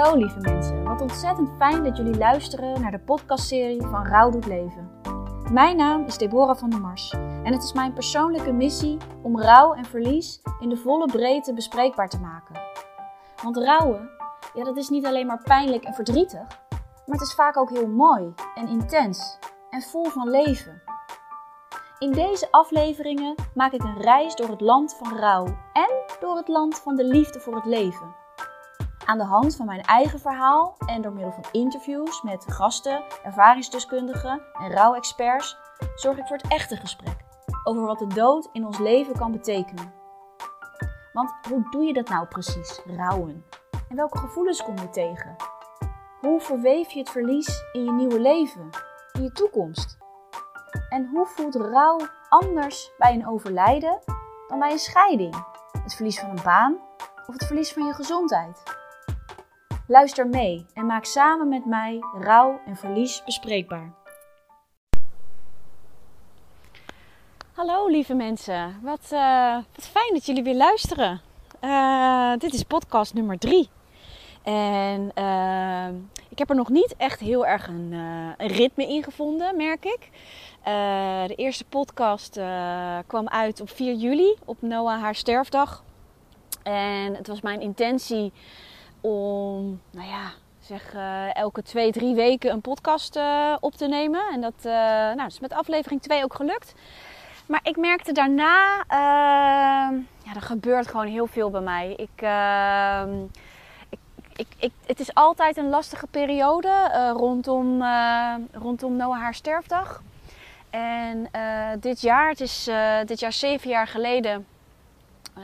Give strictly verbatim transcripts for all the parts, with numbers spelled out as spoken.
Hallo lieve mensen, wat ontzettend fijn dat jullie luisteren naar de podcastserie van Rouw doet leven. Mijn naam is Deborah van der Mars en het is mijn persoonlijke missie om rouw en verlies in de volle breedte bespreekbaar te maken. Want rouwen, ja, dat is niet alleen maar pijnlijk en verdrietig, maar het is vaak ook heel mooi en intens en vol van leven. In deze afleveringen maak ik een reis door het land van rouw en door het land van de liefde voor het leven. Aan de hand van mijn eigen verhaal en door middel van interviews met gasten, ervaringsdeskundigen en rouwexperts zorg ik voor het echte gesprek over wat de dood in ons leven kan betekenen. Want hoe doe je dat nou precies, rouwen? En welke gevoelens kom je tegen? Hoe verweef je het verlies in je nieuwe leven, in je toekomst? En hoe voelt rouw anders bij een overlijden dan bij een scheiding? Het verlies van een baan of het verlies van je gezondheid? Luister mee en maak samen met mij rouw en verlies bespreekbaar. Hallo lieve mensen, wat, uh, wat fijn dat jullie weer luisteren. Uh, dit is podcast nummer drie. En uh, ik heb er nog niet echt heel erg een, uh, een ritme in gevonden, merk ik. Uh, de eerste podcast uh, kwam uit op vier juli, op Noah haar sterfdag. En het was mijn intentie om, nou ja, zeg uh, elke twee, drie weken een podcast uh, op te nemen. En dat, uh, nou, dat is met aflevering twee ook gelukt. Maar ik merkte daarna, uh, ja, er gebeurt gewoon heel veel bij mij. Ik, uh, ik, ik, ik, het is altijd een lastige periode uh, rondom, uh, rondom Noah haar sterfdag. En uh, dit jaar, het is uh, dit jaar zeven jaar geleden, uh,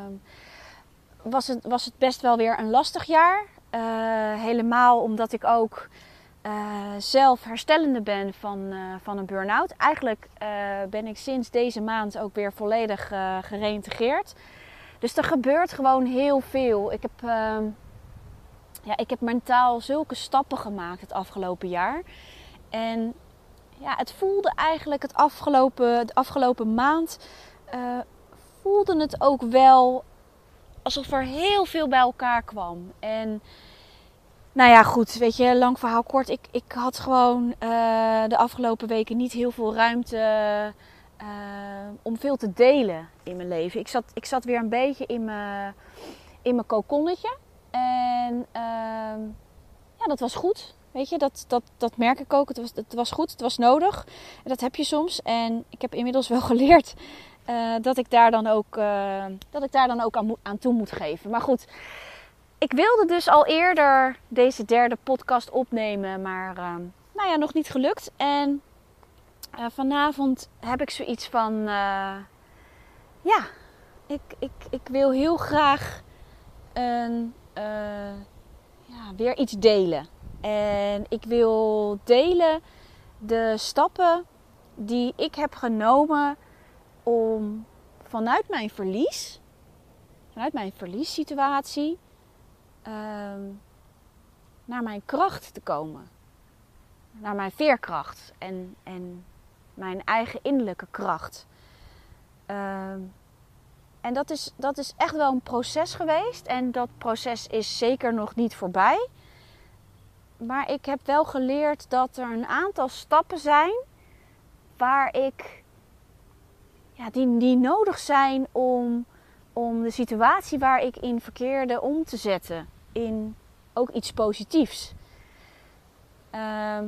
was, het, was het best wel weer een lastig jaar. Uh, helemaal omdat ik ook uh, zelf herstellende ben van, uh, van een burn-out. Eigenlijk uh, ben ik sinds deze maand ook weer volledig uh, gereïntegreerd. Dus er gebeurt gewoon heel veel. Ik heb, uh, ja, ik heb mentaal zulke stappen gemaakt het afgelopen jaar. En ja, het voelde eigenlijk het afgelopen, de afgelopen maand, uh, voelde het ook wel alsof er heel veel bij elkaar kwam. En nou ja, goed, weet je, lang verhaal kort. Ik, ik had gewoon uh, de afgelopen weken niet heel veel ruimte uh, om veel te delen in mijn leven. Ik zat, ik zat weer een beetje in mijn, in mijn kokonnetje. En uh, ja, dat was goed. Weet je, dat, dat, dat merk ik ook. Het was, het was goed, het was nodig. En dat heb je soms. En ik heb inmiddels wel geleerd uh, dat ik daar dan ook, uh, dat ik daar dan ook aan, aan toe moet geven. Maar goed, ik wilde dus al eerder deze derde podcast opnemen. Maar uh, nou ja, nog niet gelukt. En uh, vanavond heb ik zoiets van, uh, ja, ik, ik, ik wil heel graag een, uh, ja, weer iets delen. En ik wil delen de stappen die ik heb genomen om vanuit mijn verlies, vanuit mijn verliessituatie, uh, naar mijn kracht te komen. Naar mijn veerkracht en, en mijn eigen innerlijke kracht. Uh, en dat is, dat is echt wel een proces geweest. En dat proces is zeker nog niet voorbij. Maar ik heb wel geleerd dat er een aantal stappen zijn waar ik, ja, die, die nodig zijn om, om de situatie waar ik in verkeerde om te zetten in ook iets positiefs. Uh,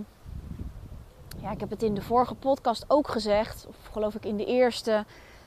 ja, ik heb het in de vorige podcast ook gezegd, of geloof ik in de eerste.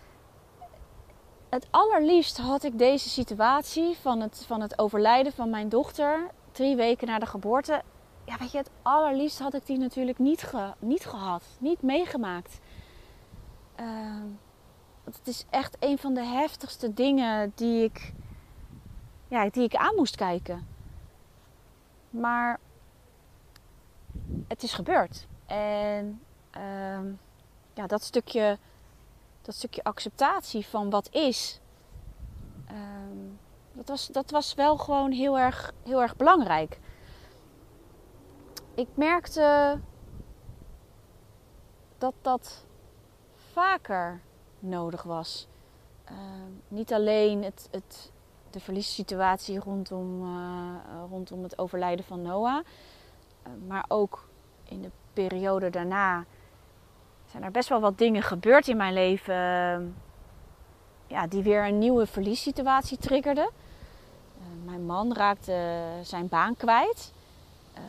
Het allerliefst had ik deze situatie van het, van het overlijden van mijn dochter drie weken na de geboorte. Ja, weet je, het allerliefst had ik die natuurlijk niet, ge, niet gehad. Niet meegemaakt. Uh, het is echt een van de heftigste dingen die ik, ja, die ik aan moest kijken. Maar het is gebeurd. En uh, ja, dat stukje, dat stukje acceptatie van wat is, Uh, dat, was, dat was wel gewoon heel erg, heel erg belangrijk. Ik merkte dat dat vaker nodig was. Uh, niet alleen het, het de verliessituatie rondom, uh, rondom het overlijden van Noah. Uh, maar ook in de periode daarna zijn er best wel wat dingen gebeurd in mijn leven. Uh, ja, die weer een nieuwe verliessituatie triggerden. Uh, mijn man raakte zijn baan kwijt. Uh,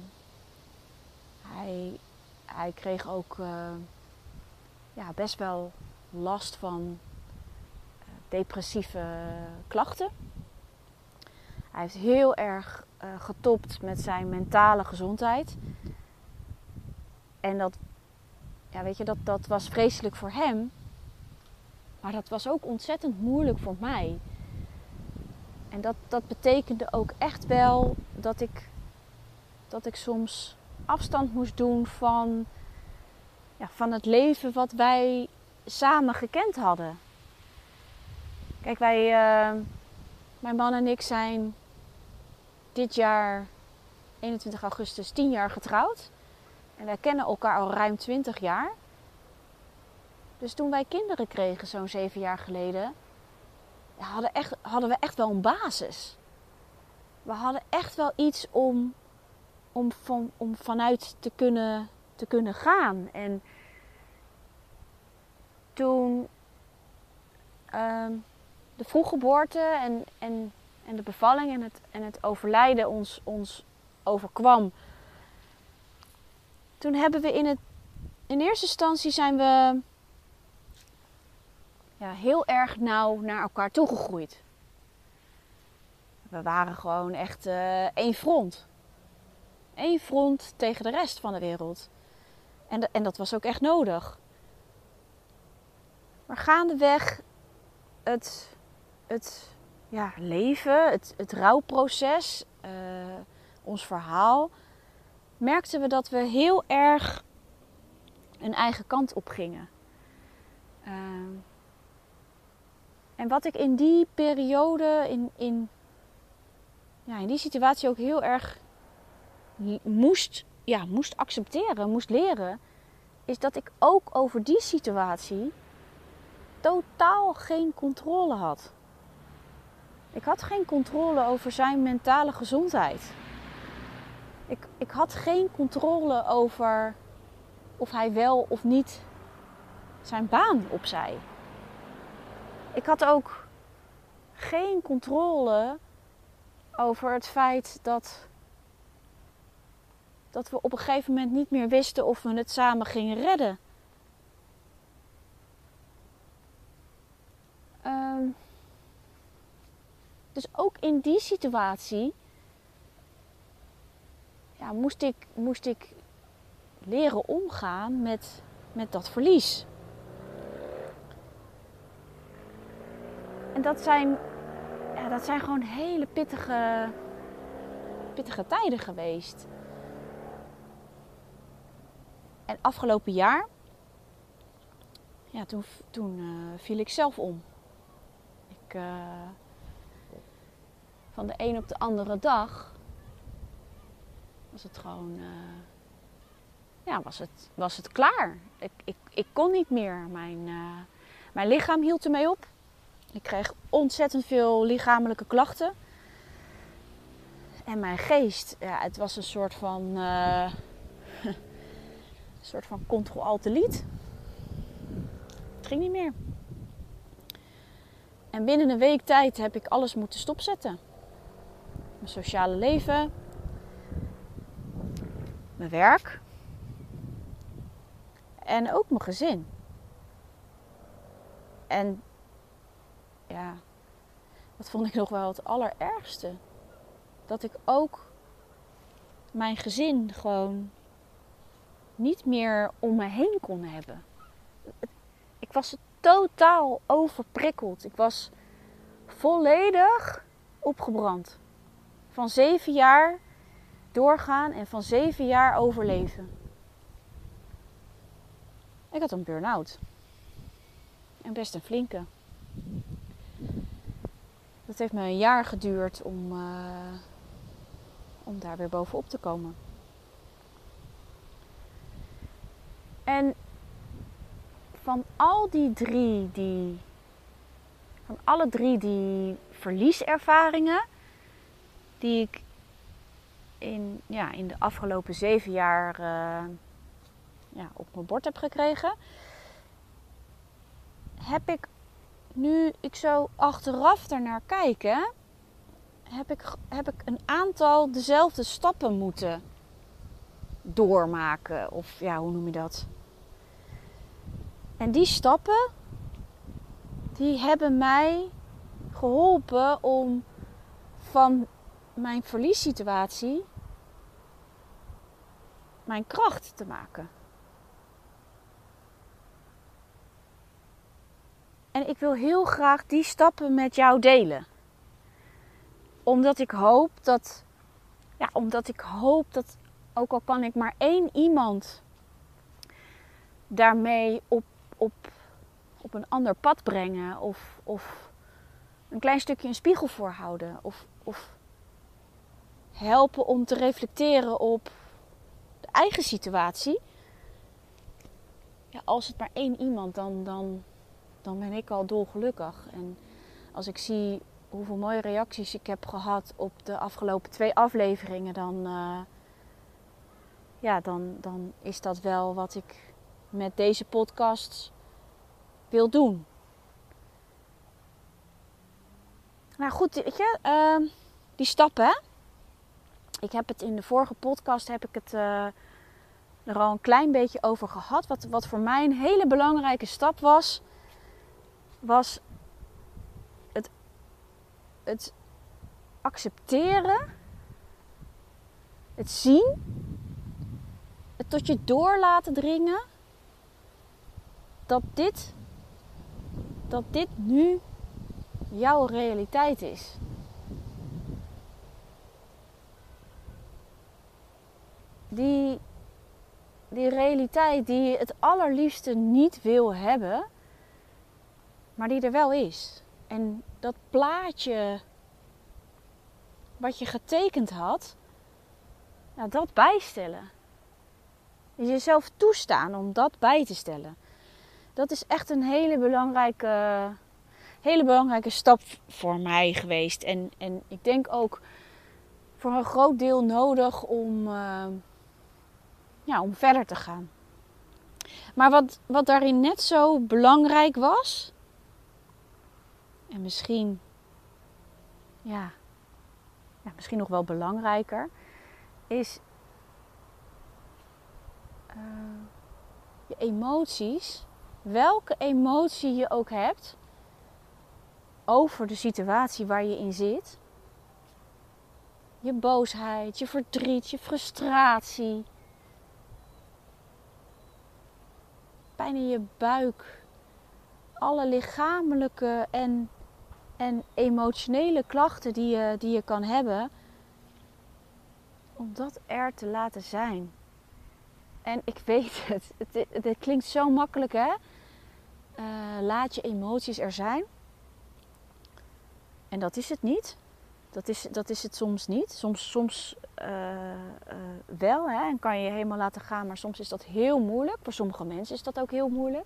hij, hij kreeg ook uh, ja, best wel last van uh, depressieve klachten. Hij heeft heel erg uh, getopt met zijn mentale gezondheid. En dat, ja, weet je, dat, dat was vreselijk voor hem. Maar dat was ook ontzettend moeilijk voor mij. En dat, dat betekende ook echt wel dat ik, dat ik soms afstand moest doen van, ja, van het leven wat wij samen gekend hadden. Kijk, wij, uh, mijn man en ik zijn dit jaar eenentwintig augustus tien jaar getrouwd. En wij kennen elkaar al ruim twintig jaar. Dus toen wij kinderen kregen, zo'n zeven jaar geleden, hadden, echt, hadden we echt wel een basis. We hadden echt wel iets om, om, van, om vanuit te kunnen, te kunnen gaan. En toen um, de vroeggeboorte en, en, en de bevalling en het, en het overlijden ons, ons overkwam, toen hebben we in het, in eerste instantie zijn we ja, heel erg nauw naar elkaar toegegroeid. We waren gewoon echt uh, één front. Eén front tegen de rest van de wereld. En, de, en dat was ook echt nodig. Maar gaandeweg het, het ja, leven, het, het rouwproces, uh, ons verhaal, merkten we dat we heel erg een eigen kant op gingen. Uh, en wat ik in die periode, in, in, ja, in die situatie ook heel erg moest, ja, moest accepteren, moest leren, is dat ik ook over die situatie totaal geen controle had. Ik had geen controle over zijn mentale gezondheid. Ik, ik had geen controle over of hij wel of niet zijn baan opzij. Ik had ook geen controle over het feit dat, dat we op een gegeven moment niet meer wisten of we het samen gingen redden. Um, dus ook in die situatie ja, moest ik, moest ik leren omgaan met, met dat verlies. En dat zijn, ja, dat zijn gewoon hele pittige, pittige tijden geweest. En afgelopen jaar, ja, toen, toen uh, viel ik zelf om. Ik, uh, van de een op de andere dag was het gewoon, uh, ja, was het, was het klaar. Ik, ik, ik kon niet meer. Mijn, uh, mijn lichaam hield ermee op. Ik kreeg ontzettend veel lichamelijke klachten. En mijn geest, ja, het was een soort van, uh, een soort van control-alt-delete. Het ging niet meer. En binnen een week tijd heb ik alles moeten stopzetten. Mijn sociale leven, mijn werk en ook mijn gezin. En ja, dat vond ik nog wel het allerergste. Dat ik ook mijn gezin gewoon niet meer om me heen kon hebben. Ik was totaal overprikkeld. Ik was volledig opgebrand. Van zeven jaar doorgaan en van zeven jaar overleven. Ik had een burn-out. En best een flinke. Dat heeft me een jaar geduurd om, uh, om daar weer bovenop te komen. En van al die drie die van alle drie die verlieservaringen die ik in, ja, in de afgelopen zeven jaar uh, ja, op mijn bord heb gekregen, heb ik, nu ik zo achteraf ernaar kijk, hè, heb ik, heb ik een aantal dezelfde stappen moeten doormaken. Of ja, hoe noem je dat? En die stappen, die hebben mij geholpen om van mijn verliessituatie mijn kracht te maken. En ik wil heel graag die stappen met jou delen. Omdat ik hoop dat, ja, omdat ik hoop dat, ook al kan ik maar één iemand daarmee op, op, op een ander pad brengen. Of, of een klein stukje een spiegel voorhouden. Of, of helpen om te reflecteren op de eigen situatie. Ja, als het maar één iemand, dan, dan, dan ben ik al dolgelukkig. En als ik zie hoeveel mooie reacties ik heb gehad op de afgelopen twee afleveringen, dan, uh, ja, dan, dan is dat wel wat ik met deze podcast wil doen. Nou goed, weet je, uh, die stappen, hè? Ik heb het in de vorige podcast heb ik het uh, er al een klein beetje over gehad. Wat, wat voor mij een hele belangrijke stap was, was het, het accepteren, het zien, het tot je door laten dringen dat dit, dat dit nu jouw realiteit is. Die, die realiteit die je het allerliefste niet wil hebben, maar die er wel is. En dat plaatje wat je getekend had, nou, dat bijstellen. Dus jezelf toestaan om dat bij te stellen. Dat is echt een hele belangrijke, hele belangrijke stap voor mij geweest. En, en ik denk ook voor een groot deel nodig om, uh, ja, om verder te gaan. Maar wat, wat daarin net zo belangrijk was, en misschien, ja, ja, misschien nog wel belangrijker, is uh, je emoties, welke emotie je ook hebt over de situatie waar je in zit. Je boosheid, je verdriet, je frustratie, pijn in je buik, alle lichamelijke en, en emotionele klachten die je, die je kan hebben, om dat er te laten zijn. En ik weet het, het, het, het klinkt zo makkelijk, hè? Uh, laat je emoties er zijn. En dat is het niet. Dat is, dat is het soms niet. Soms, soms uh, uh, wel, hè? En kan je helemaal laten gaan, maar soms is dat heel moeilijk. Voor sommige mensen is dat ook heel moeilijk.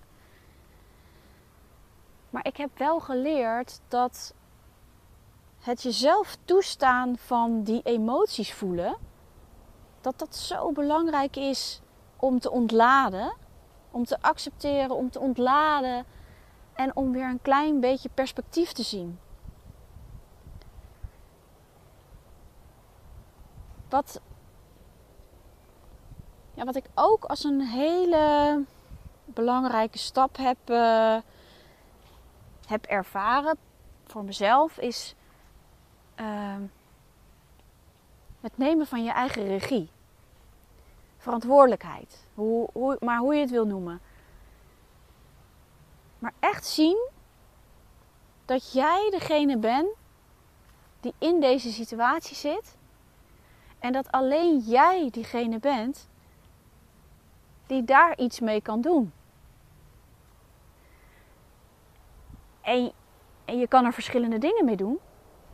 Maar ik heb wel geleerd dat het jezelf toestaan van die emoties voelen, dat dat zo belangrijk is om te ontladen, om te accepteren, om te ontladen en om weer een klein beetje perspectief te zien. Wat, ja, wat ik ook als een hele belangrijke stap heb, uh, heb ervaren voor mezelf, is uh, het nemen van je eigen regie. Verantwoordelijkheid. Hoe, hoe, maar hoe je het wil noemen. Maar echt zien dat jij degene bent die in deze situatie zit. En dat alleen jij diegene bent die daar iets mee kan doen. En, en je kan er verschillende dingen mee doen.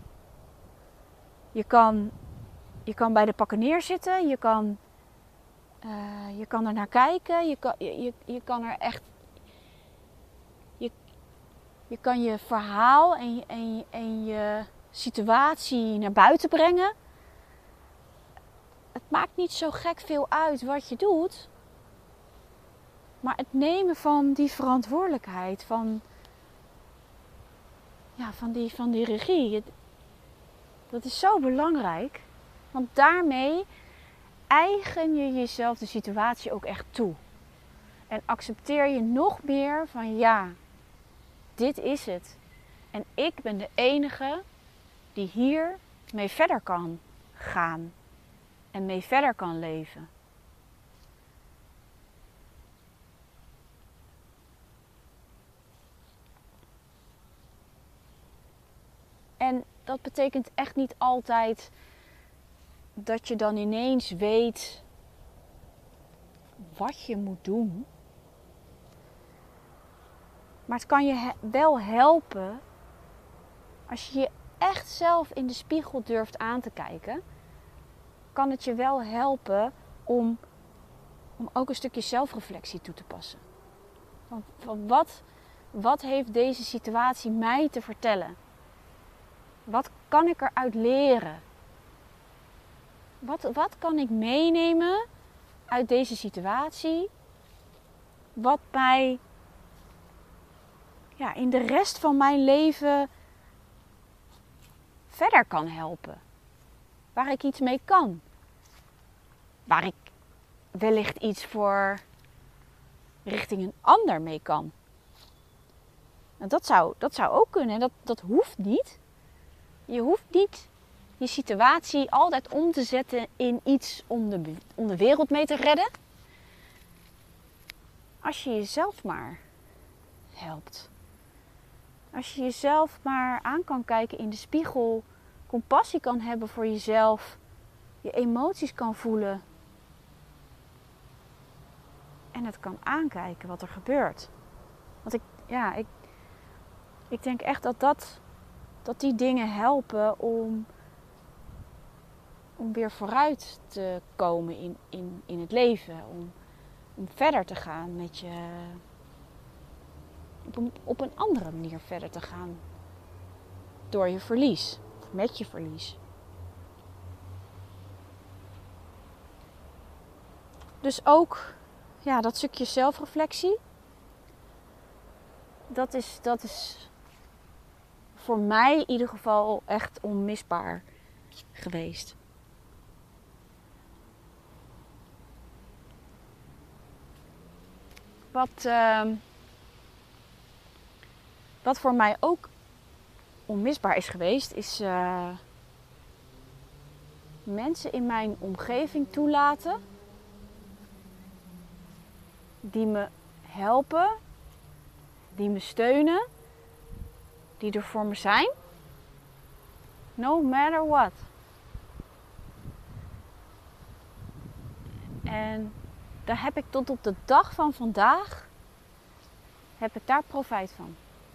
Je kan, je kan bij de pakken neerzitten. Je kan, uh, je kan er naar kijken. Je kan, je, je, je kan er echt... Je, Je kan je verhaal en je, en je, en je situatie naar buiten brengen. Het maakt niet zo gek veel uit wat je doet. Maar het nemen van die verantwoordelijkheid, van, ja, van, die, van die regie, het, dat is zo belangrijk. Want daarmee eigen je jezelf de situatie ook echt toe. En accepteer je nog meer van ja, dit is het. En ik ben de enige die hier mee verder kan gaan. En mee verder kan leven. En dat betekent echt niet altijd dat je dan ineens weet wat je moet doen. Maar het kan je he- wel helpen als je je echt zelf in de spiegel durft aan te kijken. Kan het je wel helpen om, om ook een stukje zelfreflectie toe te passen. Van, van wat, wat heeft deze situatie mij te vertellen? Wat kan ik eruit leren? Wat, wat kan ik meenemen uit deze situatie? Wat mij ja, in de rest van mijn leven verder kan helpen. Waar ik iets mee kan. Waar ik wellicht iets voor richting een ander mee kan. En dat zou, dat zou ook kunnen. Dat, dat hoeft niet. Je hoeft niet je situatie altijd om te zetten in iets om de, om de wereld mee te redden. Als je jezelf maar helpt. Als je jezelf maar aan kan kijken in de spiegel. Compassie kan hebben voor jezelf. Je emoties kan voelen. En het kan aankijken wat er gebeurt. Want ik, ja, ik, ik denk echt dat, dat, dat die dingen helpen om, om weer vooruit te komen in, in, in het leven. Om, om verder te gaan met je. Op een, op een andere manier verder te gaan. Door je verlies. Of met je verlies. Dus ook ja, dat stukje zelfreflectie. Dat is, dat is voor mij in ieder geval echt onmisbaar geweest. Wat, uh, wat voor mij ook onmisbaar is geweest, is uh, mensen in mijn omgeving toelaten die me helpen, die me steunen, die er voor me zijn, no matter what. En daar heb ik tot op de dag van vandaag, heb ik daar profijt van.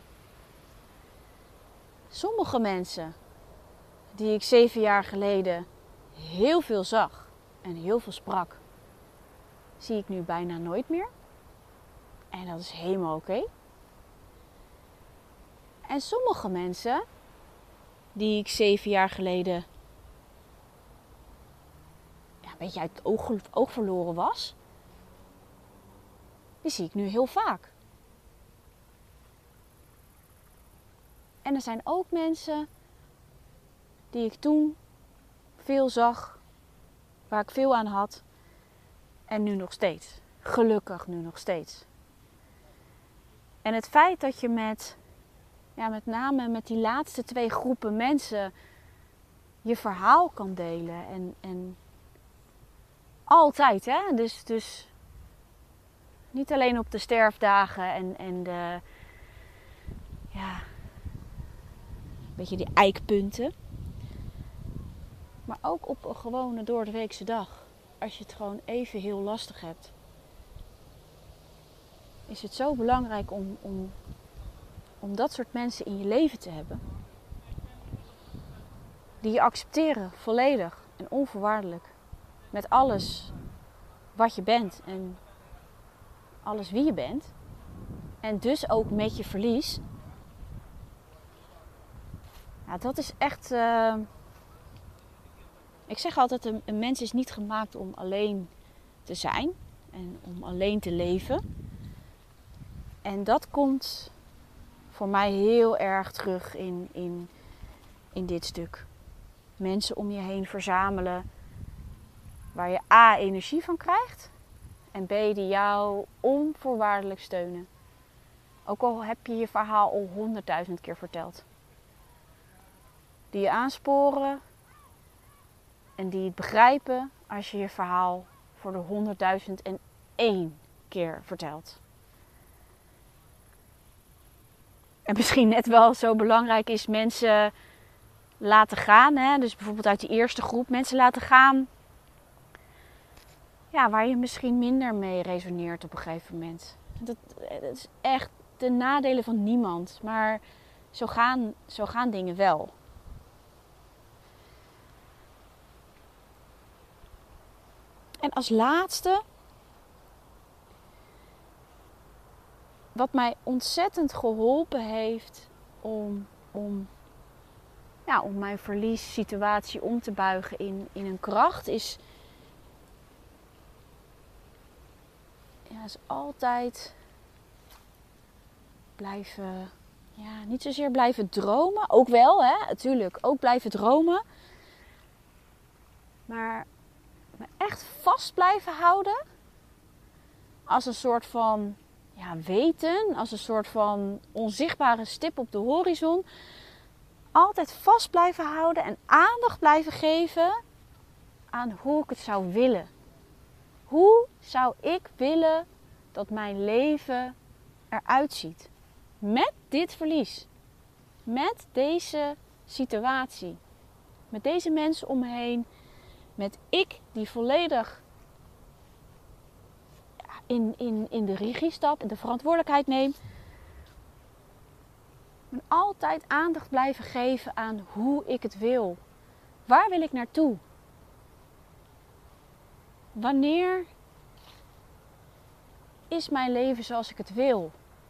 Sommige mensen die ik zeven jaar geleden heel veel zag en heel veel sprak, zie ik nu bijna nooit meer. En dat is helemaal oké. Okay. En sommige mensen die ik zeven jaar geleden ja, een beetje uit het oog, oog verloren was, die zie ik nu heel vaak. En er zijn ook mensen die ik toen veel zag, waar ik veel aan had en nu nog steeds. Gelukkig nu nog steeds. En het feit dat je met, ja, met name met die laatste twee groepen mensen je verhaal kan delen. En, en altijd, hè. Dus, dus niet alleen op de sterfdagen en, en de, ja, een beetje die eikpunten. Maar ook op een gewone doordeweekse dag. Als je het gewoon even heel lastig hebt. Is het zo belangrijk om, om, om dat soort mensen in je leven te hebben. Die je accepteren, volledig en onvoorwaardelijk. Met alles wat je bent en alles wie je bent. En dus ook met je verlies. Ja, dat is echt... Uh... Ik zeg altijd, een, een mens is niet gemaakt om alleen te zijn. En om alleen te leven. En dat komt voor mij heel erg terug in, in, in dit stuk. Mensen om je heen verzamelen waar je A, energie van krijgt. En B, die jou onvoorwaardelijk steunen. Ook al heb je je verhaal al honderdduizend keer verteld. Die je aansporen en die het begrijpen als je je verhaal voor de honderdduizend en één keer vertelt. En misschien net wel zo belangrijk is mensen laten gaan. Hè? Dus bijvoorbeeld uit die eerste groep mensen laten gaan. Ja, waar je misschien minder mee resoneert op een gegeven moment. Dat, dat is echt de nadelen van niemand. Maar zo gaan, zo gaan dingen wel. En als laatste, wat mij ontzettend geholpen heeft om, om, ja, om mijn verliessituatie om te buigen in, in een kracht, is, ja, is altijd blijven, ja, niet zozeer blijven dromen. Ook wel, hè, natuurlijk, ook blijven dromen. Maar me echt vast blijven houden als een soort van, ja, weten, als een soort van onzichtbare stip op de horizon. Altijd vast blijven houden en aandacht blijven geven aan hoe ik het zou willen. Hoe zou ik willen dat mijn leven eruit ziet? Met dit verlies. Met deze situatie. Met deze mensen om me heen. Met ik die volledig in, in, in de regie stap, in de verantwoordelijkheid neem. En altijd aandacht blijven geven aan hoe ik het wil. Waar wil ik naartoe? Wanneer is mijn leven zoals ik het wil?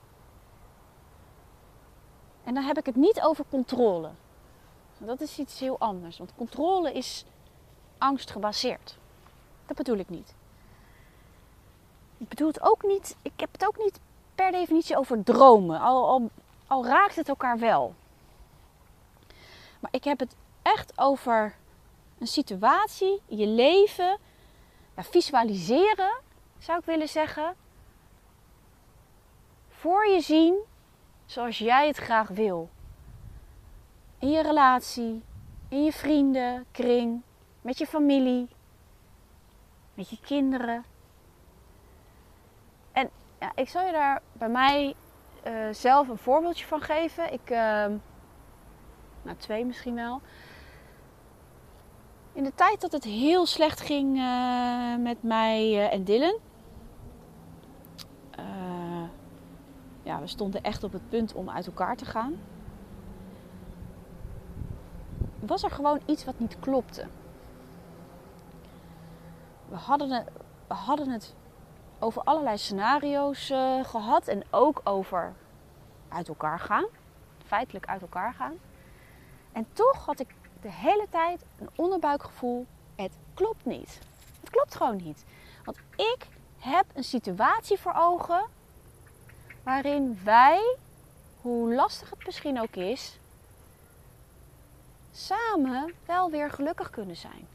En dan heb ik het niet over controle. Dat is iets heel anders. Want controle is angstgebaseerd. Dat bedoel ik niet. Ik bedoel het ook niet. Ik heb het ook niet per definitie over dromen. Al, al, al raakt het elkaar wel. Maar ik heb het echt over een situatie, je leven, ja, visualiseren, zou ik willen zeggen. Voor je zien zoals jij het graag wil. In je relatie, in je vriendenkring, met je familie, met je kinderen. En ja, ik zal je daar bij mij uh, zelf een voorbeeldje van geven. Ik, uh, nou twee misschien wel. In de tijd dat het heel slecht ging uh, met mij uh, en Dylan. Uh, ja, we stonden echt op het punt om uit elkaar te gaan. Was er gewoon iets wat niet klopte. We hadden het, we hadden het over allerlei scenario's uh, gehad. En ook over uit elkaar gaan. Feitelijk uit elkaar gaan. En toch had ik de hele tijd een onderbuikgevoel. Het klopt niet. Het klopt gewoon niet. Want ik heb een situatie voor ogen. Waarin wij, hoe lastig het misschien ook is, samen wel weer gelukkig kunnen zijn.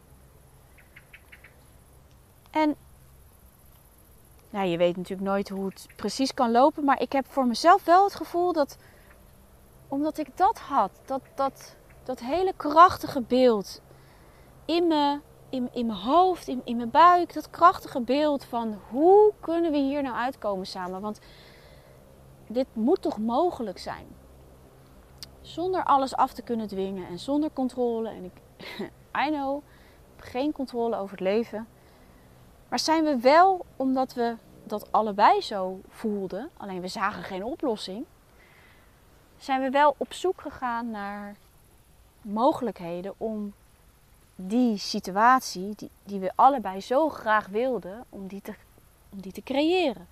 En nou, je weet natuurlijk nooit hoe het precies kan lopen. Maar ik heb voor mezelf wel het gevoel dat, omdat ik dat had, dat, dat, dat hele krachtige beeld in me, in, in mijn hoofd, in, in mijn buik, dat krachtige beeld van hoe kunnen we hier nou uitkomen samen? Want dit moet toch mogelijk zijn? Zonder alles af te kunnen dwingen en zonder controle. En ik, I know, ik heb geen controle over het leven. Maar zijn we wel, omdat we dat allebei zo voelden, alleen we zagen geen oplossing, zijn we wel op zoek gegaan naar mogelijkheden om die situatie, die, die we allebei zo graag wilden, om die te, om die te creëren.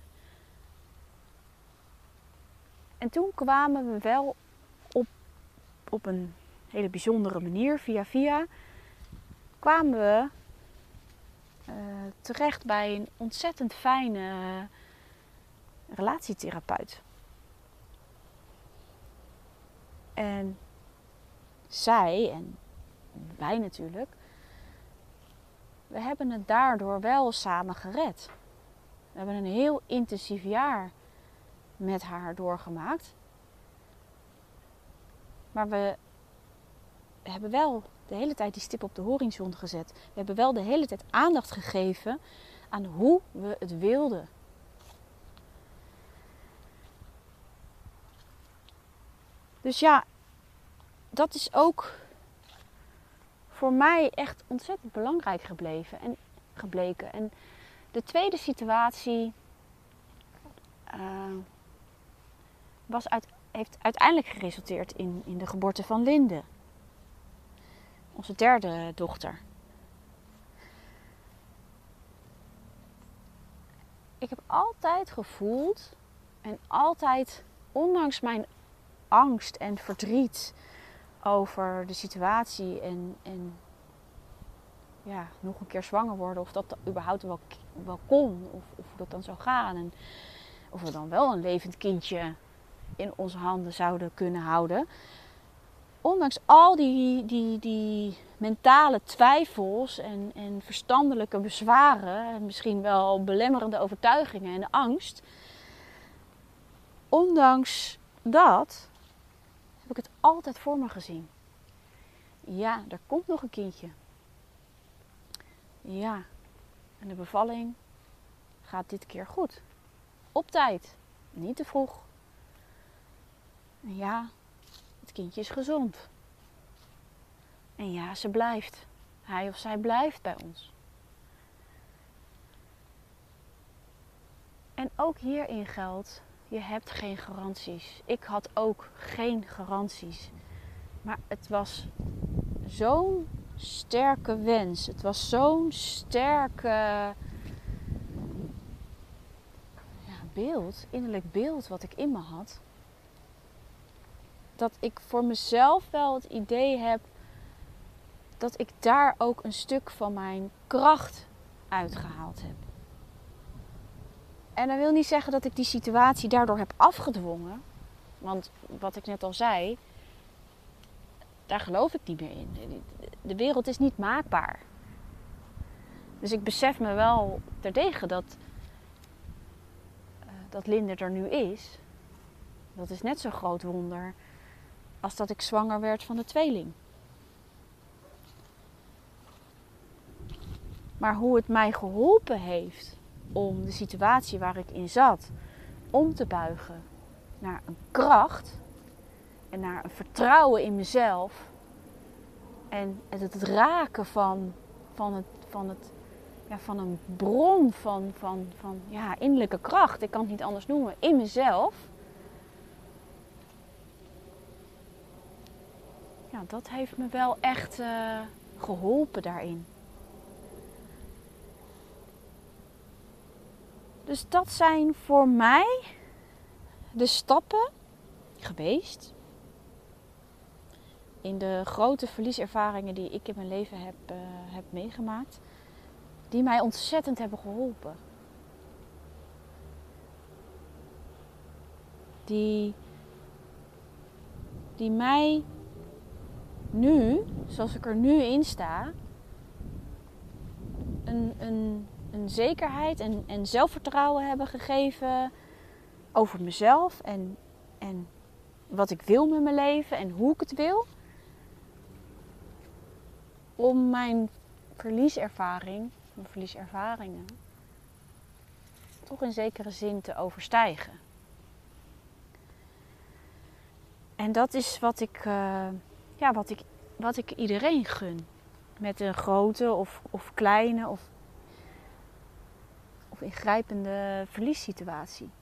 En toen kwamen we wel op, op een hele bijzondere manier, via via, kwamen we uh, terecht bij een ontzettend fijne relatietherapeut. En zij en wij natuurlijk, we hebben het daardoor wel samen gered. We hebben een heel intensief jaar met haar doorgemaakt. Maar we hebben wel de hele tijd die stip op de horizon gezet. We hebben wel de hele tijd aandacht gegeven aan hoe we het wilden. Dus ja, dat is ook voor mij echt ontzettend belangrijk gebleven en gebleken. En de tweede situatie uh, was uit, heeft uiteindelijk geresulteerd in, in de geboorte van Linde. Onze derde dochter. Ik heb altijd gevoeld en altijd, ondanks mijn angst en verdriet over de situatie en, en ja, nog een keer zwanger worden, of dat überhaupt wel, wel kon, of, of dat dan zou gaan. En of we dan wel een levend kindje in onze handen zouden kunnen houden. Ondanks al die, die, die mentale twijfels en, en verstandelijke bezwaren, en misschien wel belemmerende overtuigingen en angst. Ondanks dat heb ik het altijd voor me gezien. Ja, er komt nog een kindje. Ja, en de bevalling gaat dit keer goed. Op tijd, niet te vroeg. En ja, het kindje is gezond. En ja, ze blijft. Hij of zij blijft bij ons. En ook hierin geldt, je hebt geen garanties. Ik had ook geen garanties. Maar het was zo'n sterke wens. Het was zo'n sterke ja, beeld, innerlijk beeld wat ik in me had. Dat ik voor mezelf wel het idee heb dat ik daar ook een stuk van mijn kracht uitgehaald heb. En dat wil niet zeggen dat ik die situatie daardoor heb afgedwongen. Want wat ik net al zei, daar geloof ik niet meer in. De wereld is niet maakbaar. Dus ik besef me wel terdege dat, uh, dat Linde er nu is. Dat is net zo'n groot wonder als dat ik zwanger werd van de tweeling. Maar hoe het mij geholpen heeft om de situatie waar ik in zat om te buigen naar een kracht en naar een vertrouwen in mezelf en het raken van, van, het, van, het, ja, van een bron van, van, van ja, innerlijke kracht, ik kan het niet anders noemen, in mezelf. Ja, dat heeft me wel echt uh, geholpen daarin. Dus dat zijn voor mij de stappen geweest in de grote verlieservaringen die ik in mijn leven heb, uh, heb meegemaakt, die mij ontzettend hebben geholpen. Die, die mij nu, zoals ik er nu in sta, een, een, een zekerheid en, en zelfvertrouwen hebben gegeven over mezelf en, en wat ik wil met mijn leven en hoe ik het wil. Om mijn verlieservaring, mijn verlieservaringen, toch in zekere zin te overstijgen. En dat is wat ik, uh, ja, wat ik, wat ik iedereen gun. Met een grote of, of kleine of, of ingrijpende verliessituatie.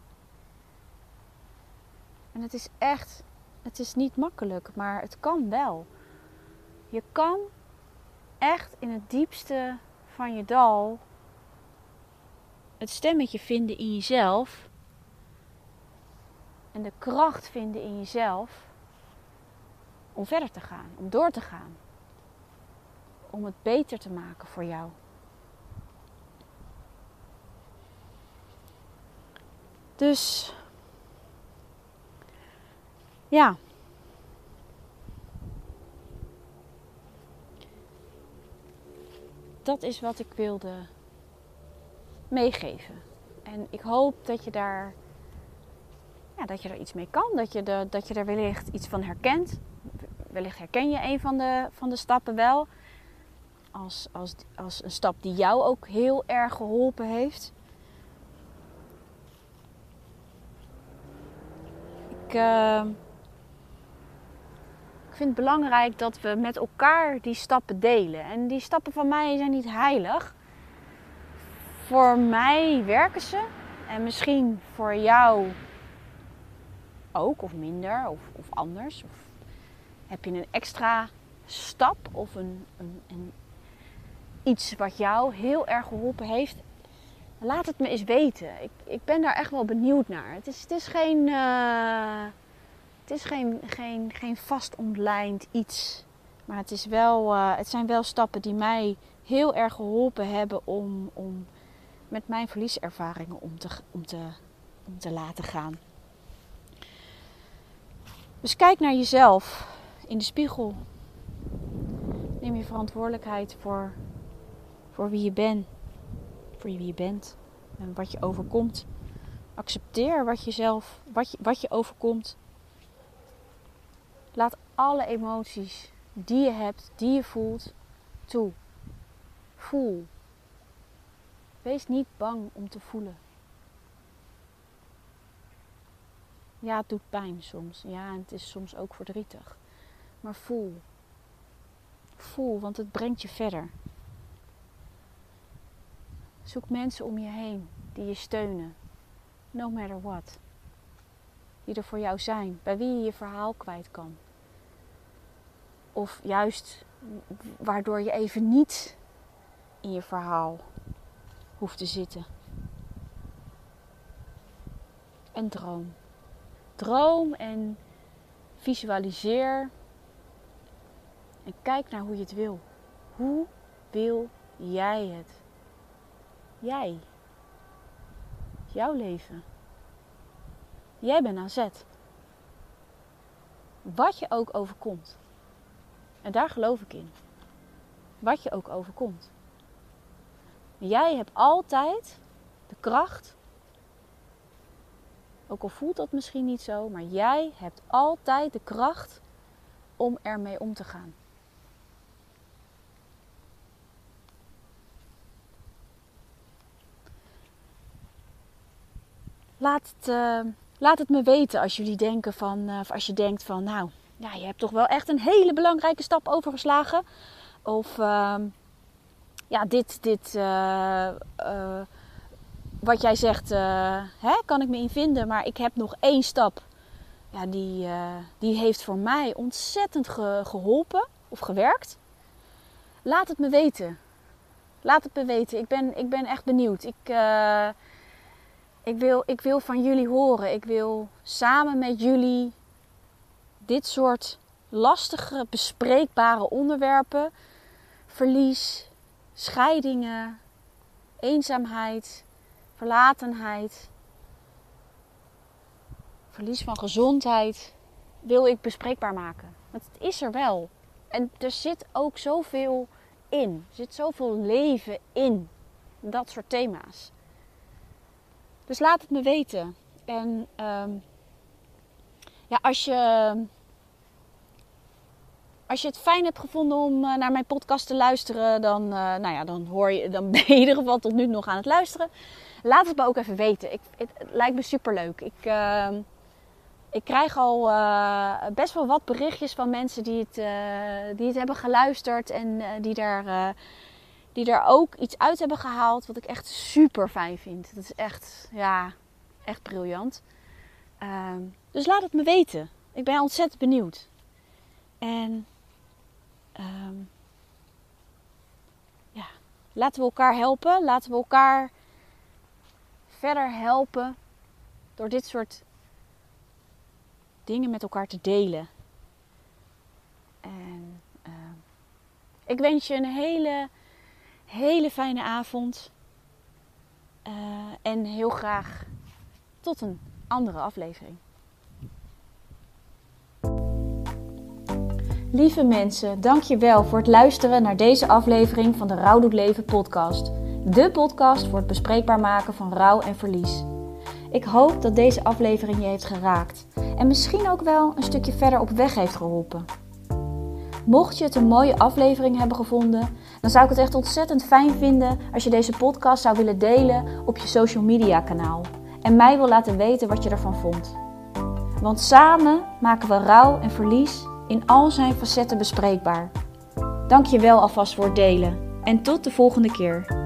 En het is echt, het is niet makkelijk, maar het kan wel. Je kan echt in het diepste van je dal het stemmetje vinden in jezelf. En de kracht vinden in jezelf om verder te gaan, om door te gaan. Om het beter te maken voor jou. Dus ja. Dat is wat ik wilde meegeven. En ik hoop dat je daar, ja, dat je er iets mee kan. Dat je, de, dat je er wellicht iets van herkent. Wellicht herken je een van de, van de stappen wel. Als, als, als een stap die jou ook heel erg geholpen heeft. Ik, uh, ik vind het belangrijk dat we met elkaar die stappen delen. En die stappen van mij zijn niet heilig. Voor mij werken ze. En misschien voor jou ook, of minder, of, of anders. Of heb je een extra stap of een, een, een, iets wat jou heel erg geholpen heeft. Laat het me eens weten. Ik, ik ben daar echt wel benieuwd naar. Het is, het is geen, uh, het is geen, geen, geen vast ontlijnd iets. Maar het, is wel, uh, het zijn wel stappen die mij heel erg geholpen hebben om, om met mijn verlieservaringen om te, om, te, om te laten gaan. Dus kijk naar jezelf in de spiegel. Neem je verantwoordelijkheid voor, voor wie je bent. Voor wie je bent en wat je overkomt. Accepteer wat je zelf, wat je, wat je overkomt. Laat alle emoties die je hebt, die je voelt, toe. Voel. Wees niet bang om te voelen. Ja, het doet pijn soms. Ja, en het is soms ook verdrietig. Maar voel. Voel, want het brengt je verder. Zoek mensen om je heen die je steunen. No matter what. Die er voor jou zijn. Bij wie je je verhaal kwijt kan. Of juist waardoor je even niet in je verhaal hoeft te zitten. En droom. Droom en visualiseer. En kijk naar hoe je het wil. Hoe wil jij het? Jij. Jouw leven. Jij bent aan zet. Wat je ook overkomt. En daar geloof ik in. Wat je ook overkomt. Jij hebt altijd de kracht. Ook al voelt dat misschien niet zo. Maar jij hebt altijd de kracht om ermee om te gaan. Laat het, uh, laat het me weten als jullie denken van, uh, of als je denkt van, nou, ja, je hebt toch wel echt een hele belangrijke stap overgeslagen. Of, uh, ja, dit, dit, uh, uh, wat jij zegt, uh, hè, kan ik me in vinden, maar ik heb nog één stap. Ja, die, uh, die heeft voor mij ontzettend ge- geholpen of gewerkt. Laat het me weten. Laat het me weten. Ik ben, ik ben echt benieuwd. Ik... Uh, Ik wil, ik wil van jullie horen. Ik wil samen met jullie dit soort lastige, bespreekbare onderwerpen. Verlies, scheidingen, eenzaamheid, verlatenheid, verlies van gezondheid. Wil ik bespreekbaar maken. Want het is er wel. En er zit ook zoveel in. Er zit zoveel leven in. Dat soort thema's. Dus laat het me weten. En um, ja, als je, als je het fijn hebt gevonden om uh, naar mijn podcast te luisteren, dan, uh, nou ja, dan, hoor je, dan ben je in ieder geval tot nu nog aan het luisteren. Laat het me ook even weten. Ik, het, het lijkt me superleuk. Ik, uh, ik krijg al uh, best wel wat berichtjes van mensen die het, uh, die het hebben geluisterd en uh, die daar... Uh, Die er ook iets uit hebben gehaald wat ik echt super fijn vind. Dat is echt, ja, echt briljant. Um, dus laat het me weten. Ik ben ontzettend benieuwd. En um, ja, laten we elkaar helpen. Laten we elkaar verder helpen door dit soort dingen met elkaar te delen. Ik wens je een hele, hele fijne avond. Uh, en heel graag tot een andere aflevering. Lieve mensen, dankjewel voor het luisteren naar deze aflevering van de Rouw doet leven podcast. De podcast voor het bespreekbaar maken van rouw en verlies. Ik hoop dat deze aflevering je heeft geraakt en misschien ook wel een stukje verder op weg heeft geholpen. Mocht je het een mooie aflevering hebben gevonden, dan zou ik het echt ontzettend fijn vinden als je deze podcast zou willen delen op je social media kanaal en mij wil laten weten wat je ervan vond. Want samen maken we rouw en verlies in al zijn facetten bespreekbaar. Dank je wel alvast voor het delen en tot de volgende keer.